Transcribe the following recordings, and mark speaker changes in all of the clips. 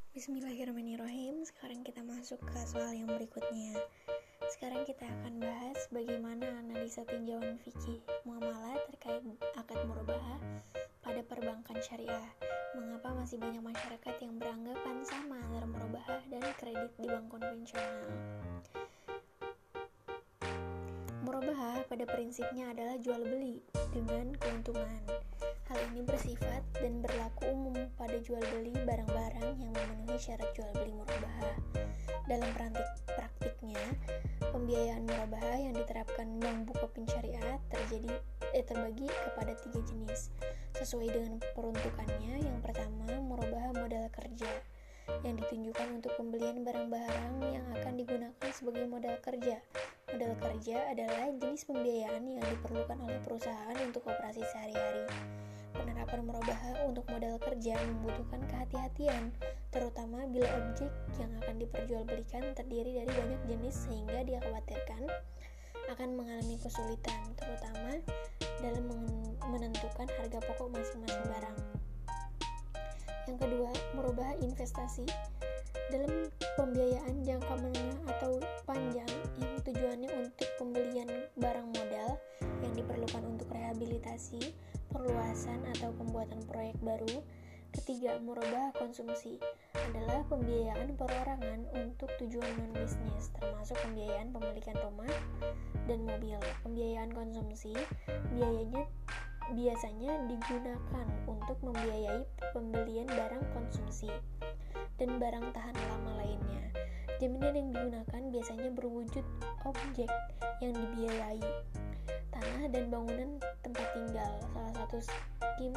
Speaker 1: Bismillahirrahmanirrahim. Sekarang kita masuk ke soal yang berikutnya. Sekarang kita akan bahas bagaimana analisa tinjauan fikih muamalah terkait akad murabahah pada perbankan syariah. Mengapa masih banyak masyarakat yang beranggapan sama antara murabahah dan kredit di bank konvensional? Murabahah pada prinsipnya adalah jual beli dengan keuntungan. Hal ini bersifat dan berlaku umum pada jual beli barang-barang yang memenuhi syarat jual beli murabahah. Dalam praktiknya, pembiayaan murabahah yang diterapkan bank bukopin syariah terbagi kepada 3 jenis sesuai dengan peruntukannya. Yang pertama, murabahah modal kerja yang ditunjukkan untuk pembelian barang-barang yang akan digunakan sebagai modal kerja. Modal kerja adalah jenis pembiayaan yang diperlukan oleh perusahaan untuk operasi sehari-hari. Penerapan murabahah untuk modal kerja membutuhkan kehati-hatian, terutama bila objek yang akan diperjualbelikan terdiri dari banyak jenis sehingga dikhawatirkan akan mengalami kesulitan, terutama dalam menentukan harga pokok masing-masing barang. Yang kedua, murabahah investasi dalam pembiayaan jangka menengah atau panjang yang tujuannya untuk pembelian barang modal yang diperlukan untuk rehabilitasi, perluasan atau pembuatan proyek baru. Ketiga, murabahah konsumsi adalah pembiayaan perorangan untuk tujuan non-bisnis, termasuk pembiayaan pemilikan rumah dan mobil. Pembiayaan konsumsi biasanya digunakan untuk membiayai pembelian barang konsumsi dan barang tahan lama lainnya. Jaminan yang digunakan biasanya berwujud objek yang dibiayai, tanah dan bangunan tempat tinggal. Salah satu skim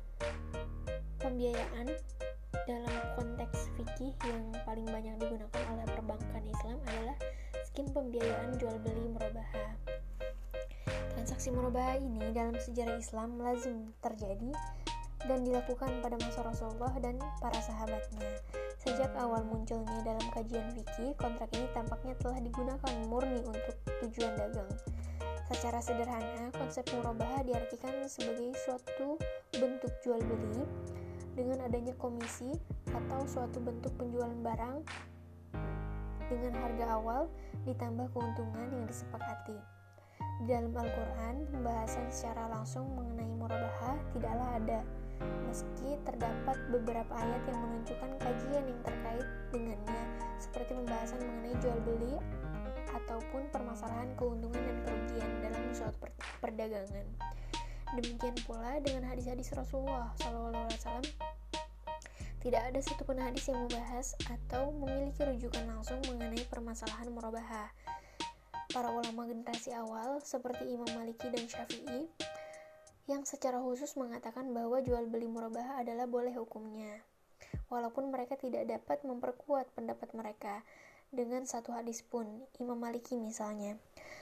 Speaker 1: pembiayaan dalam konteks fikih yang paling banyak digunakan oleh perbankan Islam adalah skim pembiayaan jual beli murabahah. Transaksi murabahah ini dalam sejarah Islam lazim terjadi dan dilakukan pada masa Rasulullah dan para sahabatnya. Sejak awal munculnya dalam kajian fikih, kontrak ini tampaknya telah digunakan murni untuk tujuan dagang. Secara sederhana, konsep murabahah diartikan sebagai suatu bentuk jual beli dengan adanya komisi atau suatu bentuk penjualan barang dengan harga awal ditambah keuntungan yang disepakati. Di dalam Al-Quran, pembahasan secara langsung mengenai murabahah tidaklah ada, meski terdapat beberapa ayat yang menunjukkan kajian yang terkait dengannya, seperti pembahasan mengenai jual beli ataupun permasalahan keuntungan dan kerugian dalam suatu perdagangan. Demikian pula dengan hadis-hadis Rasulullah SAW, tidak ada satupun hadis yang membahas atau memiliki rujukan langsung mengenai permasalahan murabahah. Para ulama generasi awal seperti Imam Maliki dan Syafi'i yang secara khusus mengatakan bahwa jual beli murabahah adalah boleh hukumnya, walaupun mereka tidak dapat memperkuat pendapat mereka dengan satu hadis pun. Imam Maliki misalnya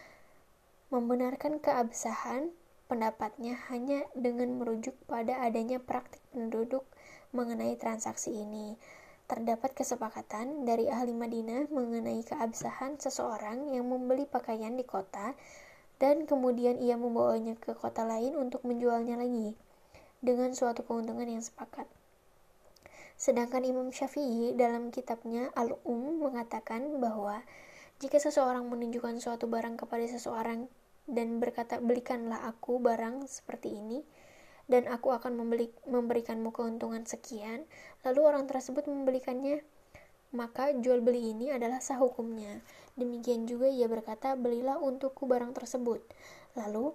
Speaker 1: membenarkan keabsahan pendapatnya hanya dengan merujuk pada adanya praktik penduduk mengenai transaksi ini. Terdapat kesepakatan dari ahli Madinah mengenai keabsahan seseorang yang membeli pakaian di kota dan kemudian ia membawanya ke kota lain untuk menjualnya lagi dengan suatu keuntungan yang sepakat. Sedangkan Imam Syafi'i dalam kitabnya mengatakan bahwa jika seseorang menunjukkan suatu barang kepada seseorang dan berkata, belikanlah aku barang seperti ini dan aku akan memberikanmu keuntungan sekian, lalu orang tersebut membelikannya, maka jual beli ini adalah sah hukumnya. Demikian juga ia berkata, belilah untukku barang tersebut, lalu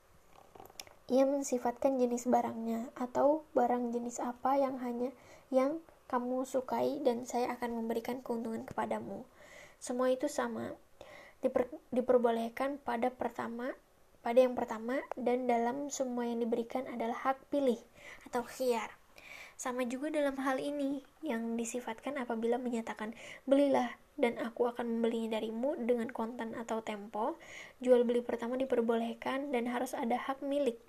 Speaker 1: ia mensifatkan jenis barangnya atau barang jenis apa yang kamu sukai dan saya akan memberikan keuntungan kepadamu. Semua itu sama, diperbolehkan pada yang pertama, dan dalam semua yang diberikan adalah hak pilih atau khiyar. Sama juga dalam hal ini yang disifatkan apabila menyatakan belilah dan aku akan membelinya darimu dengan kontan atau tempo. Jual beli pertama diperbolehkan dan harus ada hak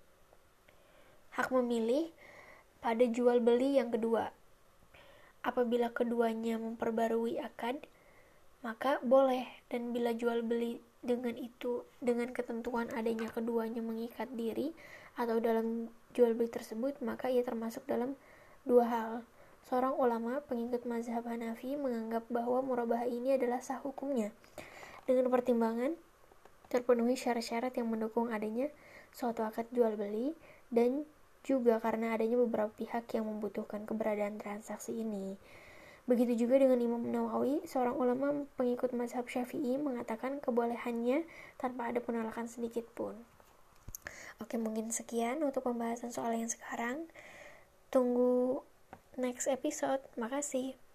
Speaker 1: memilih pada jual beli yang kedua. Apabila keduanya memperbarui akad, maka boleh, dan bila jual beli dengan ketentuan adanya keduanya mengikat diri atau dalam jual beli tersebut, maka ia termasuk dalam dua hal. seorang ulama pengikut mazhab Hanafi menganggap bahwa murabahah ini adalah sah hukumnya dengan pertimbangan terpenuhi syarat-syarat yang mendukung adanya suatu akad jual beli dan juga karena adanya beberapa pihak yang membutuhkan keberadaan transaksi ini. Begitu juga dengan Imam Nawawi, seorang ulama pengikut mazhab Syafi'i, mengatakan kebolehannya tanpa ada penolakan sedikit pun. Oke, mungkin sekian untuk pembahasan soal yang sekarang. Tunggu next episode. Makasih.